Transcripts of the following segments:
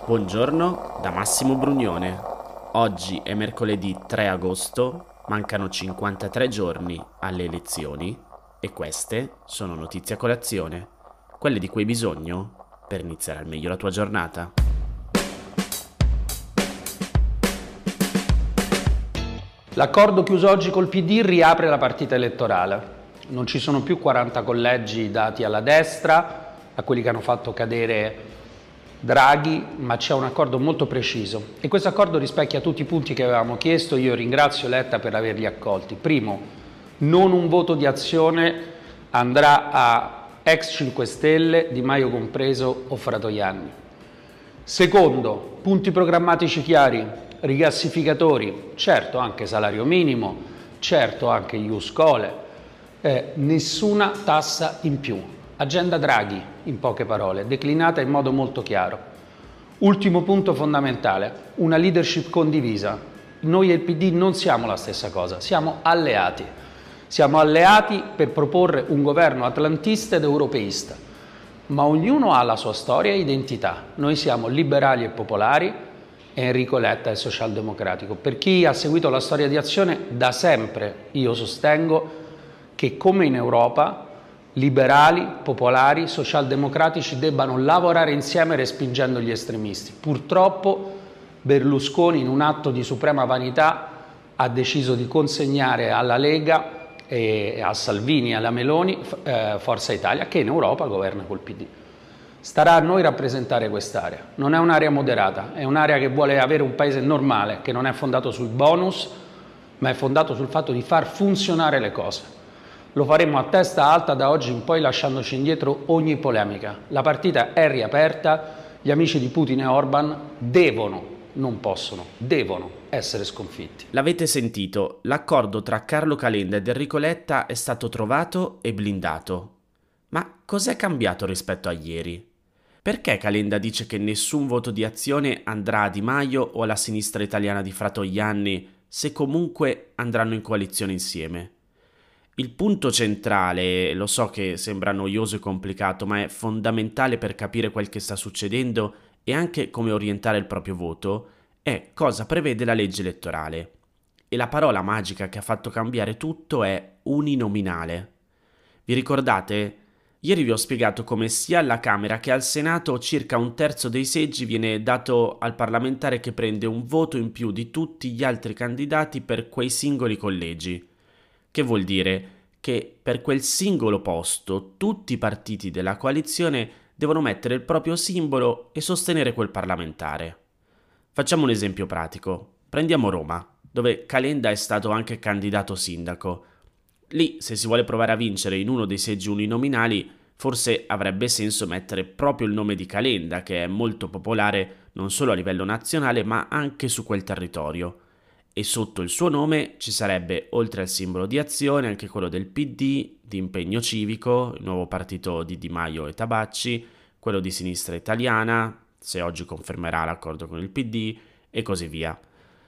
Buongiorno da Massimo Brugnone. Oggi è mercoledì 3 agosto, mancano 53 giorni alle elezioni e queste sono notizie a colazione, quelle di cui hai bisogno per iniziare al meglio la tua giornata. L'accordo chiuso oggi col PD riapre la partita elettorale. Non ci sono più 40 collegi dati alla destra, a quelli che hanno fatto cadere Draghi, ma c'è un accordo molto preciso e questo accordo rispecchia tutti i punti che avevamo chiesto. Io ringrazio Letta per averli accolti. Primo, non un voto di Azione andrà a ex 5 Stelle, Di Maio compreso o Fratoianni. Secondo, punti programmatici chiari, rigassificatori, certo anche salario minimo, certo anche ius scholae, nessuna tassa in più. Agenda Draghi, in poche parole, declinata in modo molto chiaro. Ultimo punto fondamentale, una leadership condivisa. Noi e il PD non siamo la stessa cosa, siamo alleati. Siamo alleati per proporre un governo atlantista ed europeista, ma ognuno ha la sua storia e identità. Noi siamo liberali e popolari, Enrico Letta è socialdemocratico. Per chi ha seguito la storia di Azione, da sempre io sostengo che come in Europa liberali, popolari, socialdemocratici debbano lavorare insieme respingendo gli estremisti. Purtroppo Berlusconi, in un atto di suprema vanità, ha deciso di consegnare alla Lega e a Salvini e alla Meloni Forza Italia, che in Europa governa col PD. Starà a noi rappresentare quest'area. Non è un'area moderata, è un'area che vuole avere un paese normale, che non è fondato sul bonus, ma è fondato sul fatto di far funzionare le cose. Lo faremo a testa alta da oggi in poi, lasciandoci indietro ogni polemica. La partita è riaperta, gli amici di Putin e Orban devono, non possono, devono essere sconfitti. L'avete sentito, l'accordo tra Carlo Calenda ed Enrico Letta è stato trovato e blindato. Ma cos'è cambiato rispetto a ieri? Perché Calenda dice che nessun voto di Azione andrà a Di Maio o alla sinistra italiana di Fratoianni se comunque andranno in coalizione insieme? Il punto centrale, lo so che sembra noioso e complicato, ma è fondamentale per capire quel che sta succedendo e anche come orientare il proprio voto, è cosa prevede la legge elettorale. E la parola magica che ha fatto cambiare tutto è uninominale. Vi ricordate? Ieri vi ho spiegato come sia alla Camera che al Senato circa un terzo dei seggi viene dato al parlamentare che prende un voto in più di tutti gli altri candidati per quei singoli collegi. Che vuol dire? Che per quel singolo posto tutti i partiti della coalizione devono mettere il proprio simbolo e sostenere quel parlamentare. Facciamo un esempio pratico. Prendiamo Roma, dove Calenda è stato anche candidato sindaco. Lì, se si vuole provare a vincere in uno dei seggi uninominali, forse avrebbe senso mettere proprio il nome di Calenda, che è molto popolare non solo a livello nazionale, ma anche su quel territorio. E sotto il suo nome ci sarebbe, oltre al simbolo di Azione, anche quello del PD, di Impegno Civico, il nuovo partito di Di Maio e Tabacci, quello di Sinistra Italiana, se oggi confermerà l'accordo con il PD, e così via.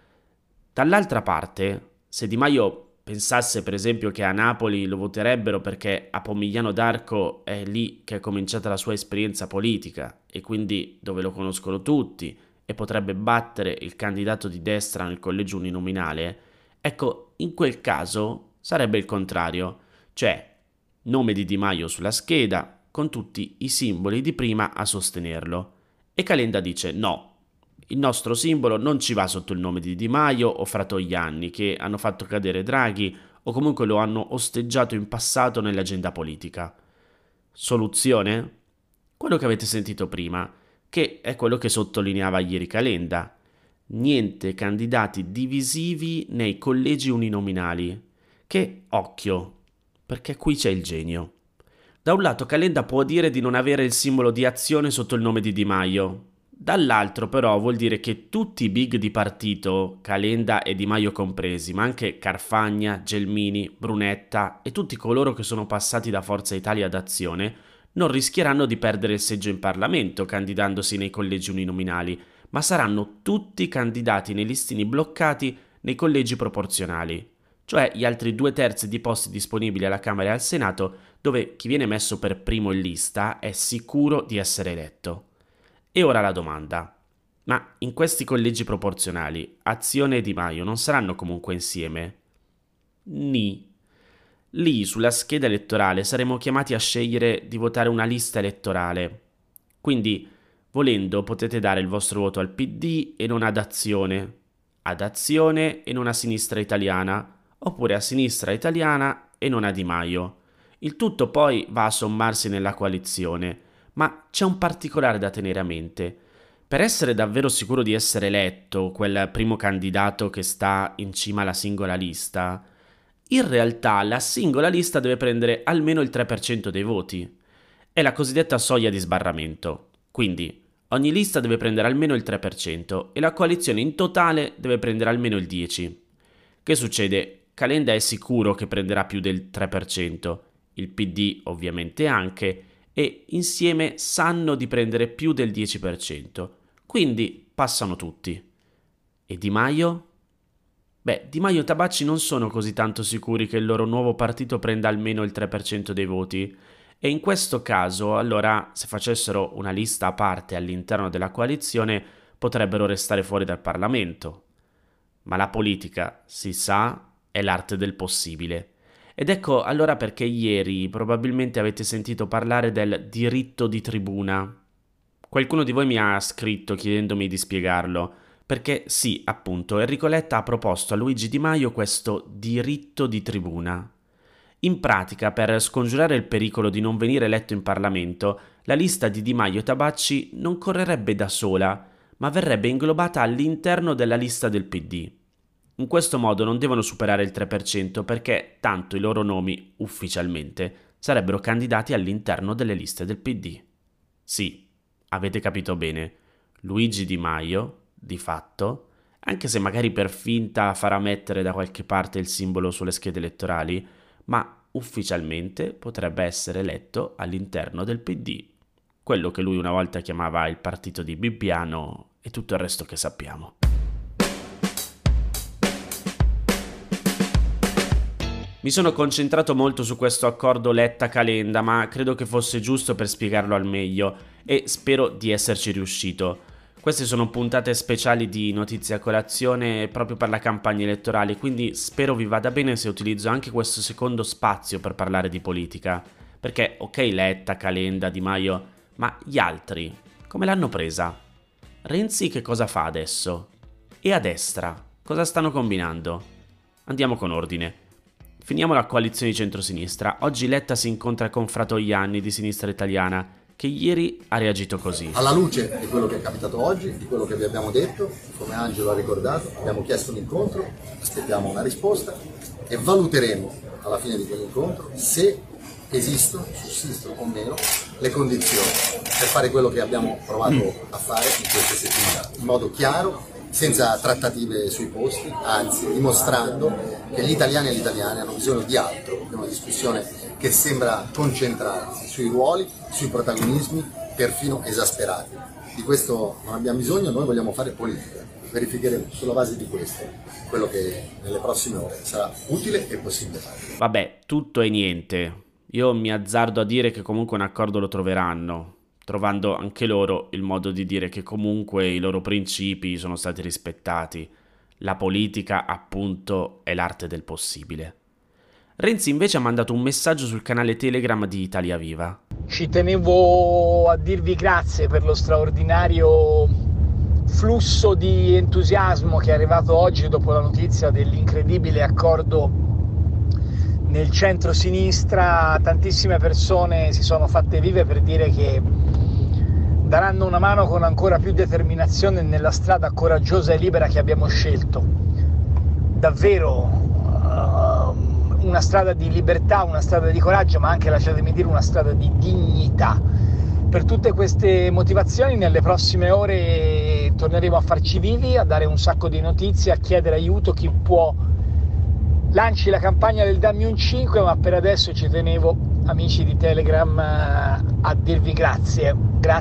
Dall'altra parte, se Di Maio pensasse per esempio che a Napoli lo voterebbero perché a Pomigliano d'Arco è lì che è cominciata la sua esperienza politica e quindi dove lo conoscono tutti, e potrebbe battere il candidato di destra nel collegio uninominale, ecco, in quel caso sarebbe il contrario, cioè nome di Di Maio sulla scheda con tutti i simboli di prima a sostenerlo. E Calenda dice no, il nostro simbolo non ci va sotto il nome di Di Maio o Fratoianni, che hanno fatto cadere Draghi o comunque lo hanno osteggiato in passato nell'agenda politica. Soluzione? Quello che avete sentito prima, che è quello che sottolineava ieri Calenda. Niente candidati divisivi nei collegi uninominali. Che, occhio, perché qui c'è il genio. Da un lato Calenda può dire di non avere il simbolo di Azione sotto il nome di Di Maio. Dall'altro però vuol dire che tutti i big di partito, Calenda e Di Maio compresi, ma anche Carfagna, Gelmini, Brunetta e tutti coloro che sono passati da Forza Italia ad Azione, non rischieranno di perdere il seggio in Parlamento candidandosi nei collegi uninominali, ma saranno tutti candidati nei listini bloccati nei collegi proporzionali, cioè gli altri 2/3 di posti disponibili alla Camera e al Senato, dove chi viene messo per primo in lista è sicuro di essere eletto. E ora la domanda: Ma in questi collegi proporzionali, Azione e Di Maio non saranno comunque insieme? Ni. Lì, sulla scheda elettorale, saremo chiamati a scegliere di votare una lista elettorale. Quindi, volendo, potete dare il vostro voto al PD e non ad Azione e non a Sinistra Italiana, oppure a Sinistra Italiana e non a Di Maio. Il tutto poi va a sommarsi nella coalizione, ma c'è un particolare da tenere a mente. Per essere davvero sicuro di essere eletto, quel primo candidato che sta in cima alla singola lista, in realtà la singola lista deve prendere almeno il 3% dei voti. È la cosiddetta soglia di sbarramento. Quindi ogni lista deve prendere almeno il 3% e la coalizione in totale deve prendere almeno il 10%. Che succede? Calenda è sicuro che prenderà più del 3%, il PD ovviamente anche, e insieme sanno di prendere più del 10%, quindi passano tutti. E Di Maio? Beh, Di Maio e Tabacci non sono così tanto sicuri che il loro nuovo partito prenda almeno il 3% dei voti, e in questo caso, allora, se facessero una lista a parte all'interno della coalizione, potrebbero restare fuori dal Parlamento. Ma la politica, si sa, è l'arte del possibile. Ed ecco allora perché ieri probabilmente avete sentito parlare del diritto di tribuna. Qualcuno di voi mi ha scritto chiedendomi di spiegarlo, perché sì, appunto, Enrico Letta ha proposto a Luigi Di Maio questo diritto di tribuna. In pratica, per scongiurare il pericolo di non venire eletto in Parlamento, la lista di Di Maio e Tabacci non correrebbe da sola, ma verrebbe inglobata all'interno della lista del PD. In questo modo non devono superare il 3% perché tanto i loro nomi, ufficialmente, sarebbero candidati all'interno delle liste del PD. Sì, avete capito bene, Luigi Di Maio, di fatto, anche se magari per finta farà mettere da qualche parte il simbolo sulle schede elettorali, ma ufficialmente potrebbe essere eletto all'interno del PD, quello che lui una volta chiamava il partito di Bibbiano e tutto il resto che sappiamo. Mi sono concentrato molto su questo accordo Letta-Calenda, ma credo che fosse giusto per spiegarlo al meglio e spero di esserci riuscito. Queste sono puntate speciali di Notizie a Colazione proprio per la campagna elettorale, quindi spero vi vada bene se utilizzo anche questo secondo spazio per parlare di politica. Perché, ok, Letta, Calenda, Di Maio, ma gli altri, come l'hanno presa? Renzi che cosa fa adesso? E a destra, cosa stanno combinando? Andiamo con ordine. Finiamo la coalizione di centrosinistra. Oggi Letta si incontra con Fratoianni di Sinistra Italiana, che ieri ha reagito così. Alla luce di quello che è capitato oggi, di quello che vi abbiamo detto, come Angelo ha ricordato, abbiamo chiesto un incontro, aspettiamo una risposta e valuteremo alla fine di quell'incontro se sussistono o meno le condizioni per fare quello che abbiamo provato a fare in queste settimane, in modo chiaro, senza trattative sui posti, anzi dimostrando che gli italiani e le italiane hanno bisogno di altro, di una discussione che sembra concentrarsi sui ruoli, sui protagonismi, perfino esasperati. Di questo non abbiamo bisogno, noi vogliamo fare politica. Verificheremo sulla base di questo quello che nelle prossime ore sarà utile e possibile fare. Vabbè, tutto e niente. Io mi azzardo a dire che comunque un accordo lo troveranno, trovando anche loro il modo di dire che comunque i loro principi sono stati rispettati. La politica, appunto, è l'arte del possibile. Renzi invece ha mandato un messaggio sul canale Telegram di Italia Viva. Ci tenevo a dirvi grazie per lo straordinario flusso di entusiasmo che è arrivato oggi dopo la notizia dell'incredibile accordo nel centro-sinistra. Tantissime persone si sono fatte vive per dire che daranno una mano con ancora più determinazione nella strada coraggiosa e libera che abbiamo scelto. Davvero una strada di libertà, una strada di coraggio, ma anche, lasciatemi dire, una strada di dignità. Per tutte queste motivazioni nelle prossime ore torneremo a farci vivi, a dare un sacco di notizie, a chiedere aiuto. Chi può lanci la campagna del Dammi un 5, ma per adesso ci tenevo, amici di Telegram, a dirvi grazie.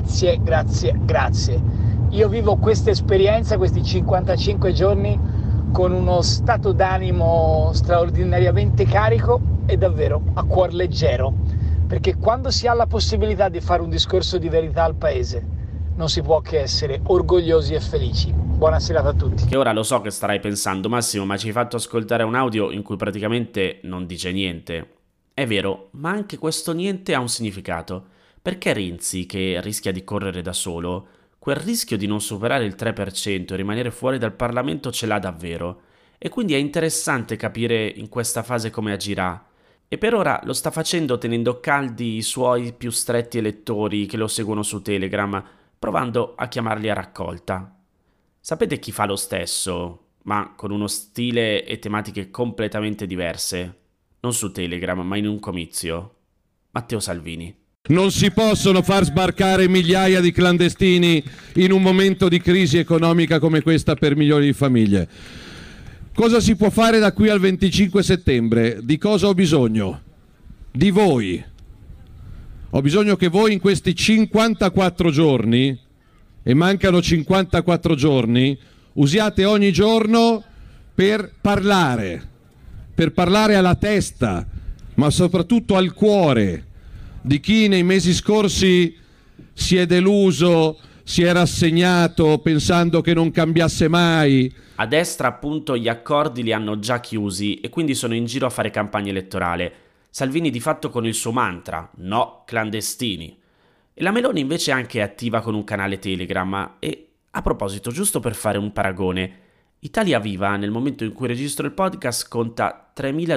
Io vivo questa esperienza, questi 55 giorni, con uno stato d'animo straordinariamente carico e davvero a cuor leggero, perché quando si ha la possibilità di fare un discorso di verità al paese, non si può che essere orgogliosi e felici. Buona serata a tutti. Che ora lo so che starai pensando, Massimo, ma ci hai fatto ascoltare un audio in cui praticamente non dice niente. È vero, ma anche questo niente ha un significato. Perché Renzi, che rischia di correre da solo, quel rischio di non superare il 3% e rimanere fuori dal Parlamento ce l'ha davvero. E quindi è interessante capire in questa fase come agirà. E per ora lo sta facendo tenendo caldi i suoi più stretti elettori che lo seguono su Telegram, provando a chiamarli a raccolta. Sapete chi fa lo stesso, ma con uno stile e tematiche completamente diverse? Non su Telegram, ma in un comizio. Matteo Salvini. Non si possono far sbarcare migliaia di clandestini in un momento di crisi economica come questa per milioni di famiglie. Cosa si può fare da qui al 25 settembre? Di cosa ho bisogno? Di voi. Ho bisogno che voi in questi 54 giorni, e mancano 54 giorni, usiate ogni giorno per parlare alla testa, ma soprattutto al cuore di chi nei mesi scorsi si è deluso, si è rassegnato pensando che non cambiasse mai. A destra appunto gli accordi li hanno già chiusi e quindi sono in giro a fare campagna elettorale. Salvini di fatto con il suo mantra, no clandestini. E la Meloni invece è anche attiva con un canale Telegram. E a proposito, giusto per fare un paragone, Italia Viva nel momento in cui registro il podcast conta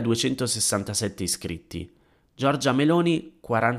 3.267 iscritti. Giorgia Meloni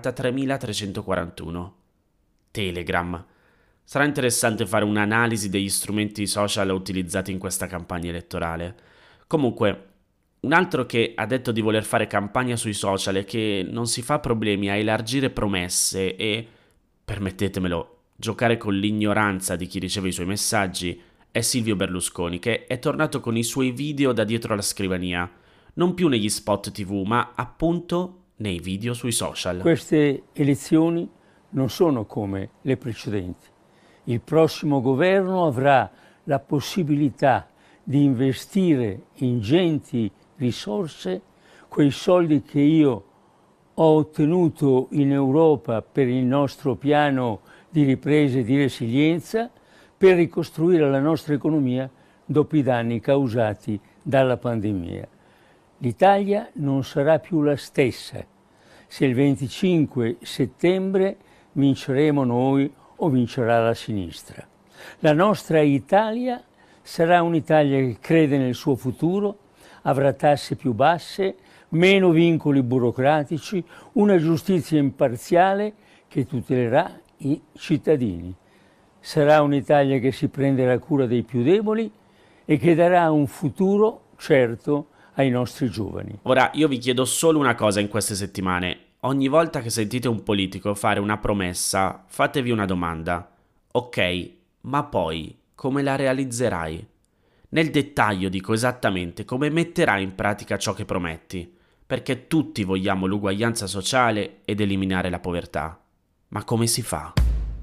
43.341. Telegram. Sarà interessante fare un'analisi degli strumenti social utilizzati in questa campagna elettorale. Comunque, un altro che ha detto di voler fare campagna sui social e che non si fa problemi a elargire promesse e, permettetemelo, giocare con l'ignoranza di chi riceve i suoi messaggi è Silvio Berlusconi, che è tornato con i suoi video da dietro la scrivania, non più negli spot TV, ma appunto nei video sui social. Queste elezioni non sono come le precedenti. Il prossimo governo avrà la possibilità di investire ingenti risorse, quei soldi che io ho ottenuto in Europa per il nostro piano di ripresa e di resilienza, per ricostruire la nostra economia dopo i danni causati dalla pandemia. L'Italia non sarà più la stessa se il 25 settembre vinceremo noi o vincerà la sinistra. La nostra Italia sarà un'Italia che crede nel suo futuro, avrà tasse più basse, meno vincoli burocratici, una giustizia imparziale che tutelerà i cittadini. Sarà un'Italia che si prenderà cura dei più deboli e che darà un futuro certo ai nostri giovani. Ora, io vi chiedo solo una cosa in queste settimane. Ogni volta che sentite un politico fare una promessa, fatevi una domanda. Ok, ma poi come la realizzerai? Nel dettaglio dico esattamente come metterai in pratica ciò che prometti, perché tutti vogliamo l'uguaglianza sociale ed eliminare la povertà. Ma come si fa?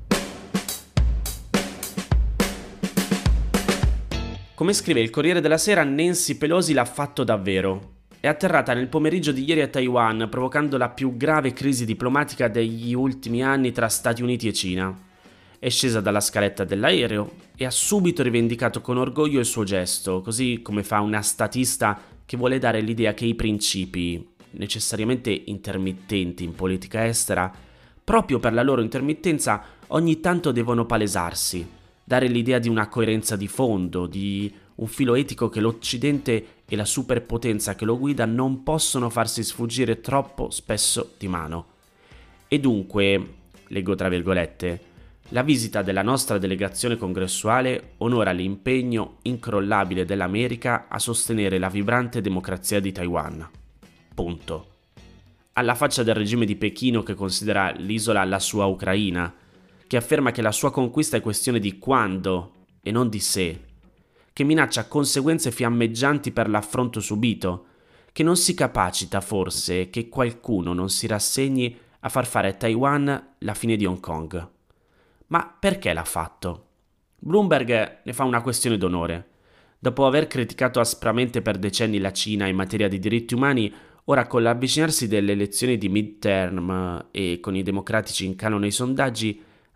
Come scrive il Corriere della Sera, Nancy Pelosi l'ha fatto davvero. È atterrata nel pomeriggio di ieri a Taiwan, provocando la più grave crisi diplomatica degli ultimi anni tra Stati Uniti e Cina. È scesa dalla scaletta dell'aereo e ha subito rivendicato con orgoglio il suo gesto, così come fa una statista che vuole dare l'idea che i principi, necessariamente intermittenti in politica estera, proprio per la loro intermittenza ogni tanto devono palesarsi, dare l'idea di una coerenza di fondo, di un filo etico che l'Occidente e la superpotenza che lo guida non possono farsi sfuggire troppo spesso di mano. E dunque, leggo tra virgolette, la visita della nostra delegazione congressuale onora l'impegno incrollabile dell'America a sostenere la vibrante democrazia di Taiwan. Punto. Alla faccia del regime di Pechino che considera l'isola la sua Ucraina, che afferma che la sua conquista è questione di quando e non di se, che minaccia conseguenze fiammeggianti per l'affronto subito, che non si capacita forse che qualcuno non si rassegni a far fare a Taiwan la fine di Hong Kong. Ma perché l'ha fatto? Bloomberg ne fa una questione d'onore. Dopo aver criticato aspramente per decenni la Cina in materia di diritti umani, ora con l'avvicinarsi delle elezioni di midterm e con i democratici in calo nei sondaggi,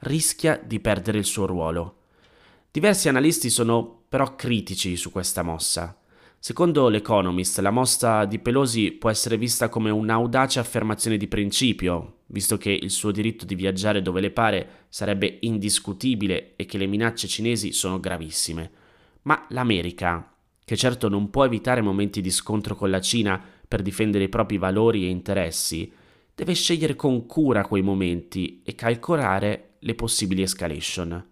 rischia di perdere il suo ruolo. Diversi analisti sono però critici su questa mossa. Secondo l'Economist, la mossa di Pelosi può essere vista come un'audace affermazione di principio, visto che il suo diritto di viaggiare dove le pare sarebbe indiscutibile e che le minacce cinesi sono gravissime. Ma l'America, che certo non può evitare momenti di scontro con la Cina per difendere i propri valori e interessi, deve scegliere con cura quei momenti e calcolare le possibili escalation.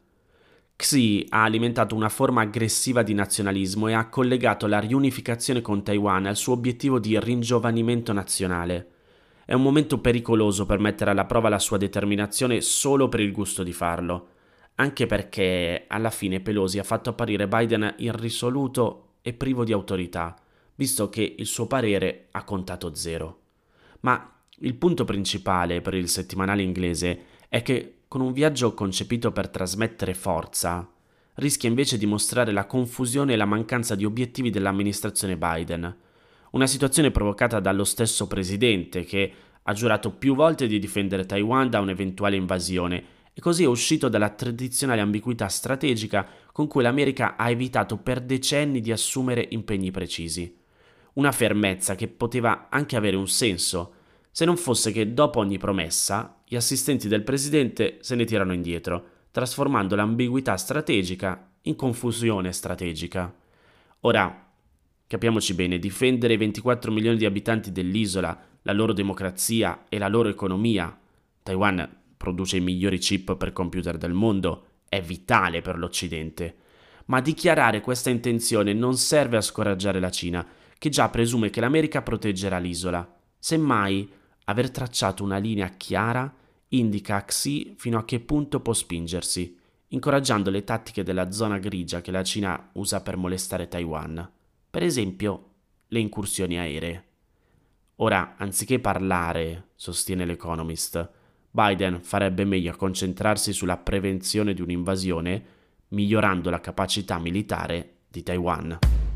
Xi ha alimentato una forma aggressiva di nazionalismo e ha collegato la riunificazione con Taiwan al suo obiettivo di ringiovanimento nazionale. È un momento pericoloso per mettere alla prova la sua determinazione solo per il gusto di farlo, anche perché alla fine Pelosi ha fatto apparire Biden irrisoluto e privo di autorità, visto che il suo parere ha contato zero. Ma il punto principale per il settimanale inglese è che con un viaggio concepito per trasmettere forza, rischia invece di mostrare la confusione e la mancanza di obiettivi dell'amministrazione Biden. Una situazione provocata dallo stesso presidente che ha giurato più volte di difendere Taiwan da un'eventuale invasione e così è uscito dalla tradizionale ambiguità strategica con cui l'America ha evitato per decenni di assumere impegni precisi. Una fermezza che poteva anche avere un senso, se non fosse che dopo ogni promessa gli assistenti del presidente se ne tirano indietro, trasformando l'ambiguità strategica in confusione strategica. Ora, capiamoci bene, difendere i 24 milioni di abitanti dell'isola, la loro democrazia e la loro economia, Taiwan produce i migliori chip per computer del mondo, è vitale per l'Occidente. Ma dichiarare questa intenzione non serve a scoraggiare la Cina, che già presume che l'America proteggerà l'isola. Semmai, aver tracciato una linea chiara indica a Xi fino a che punto può spingersi, incoraggiando le tattiche della zona grigia che la Cina usa per molestare Taiwan, per esempio le incursioni aeree. Ora, anziché parlare, sostiene l'Economist, Biden farebbe meglio a concentrarsi sulla prevenzione di un'invasione, migliorando la capacità militare di Taiwan.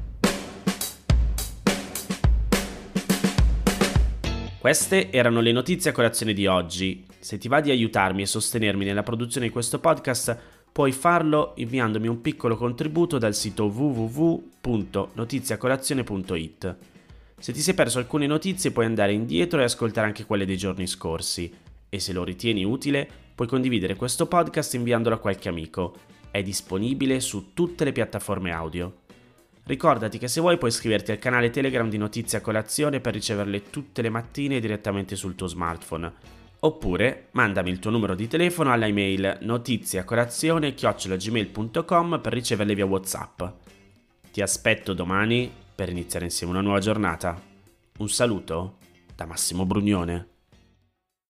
Queste erano le notizie a colazione di oggi. Se ti va di aiutarmi e sostenermi nella produzione di questo podcast, puoi farlo inviandomi un piccolo contributo dal sito www.notiziacolazione.it. Se ti sei perso alcune notizie puoi andare indietro e ascoltare anche quelle dei giorni scorsi. E se lo ritieni utile, puoi condividere questo podcast inviandolo a qualche amico. È disponibile su tutte le piattaforme audio. Ricordati che se vuoi puoi iscriverti al canale Telegram di Notizie a Colazione per riceverle tutte le mattine direttamente sul tuo smartphone. Oppure mandami il tuo numero di telefono alla email notiziacolazione@gmail.com per riceverle via WhatsApp. Ti aspetto domani per iniziare insieme una nuova giornata. Un saluto da Massimo Brugnone.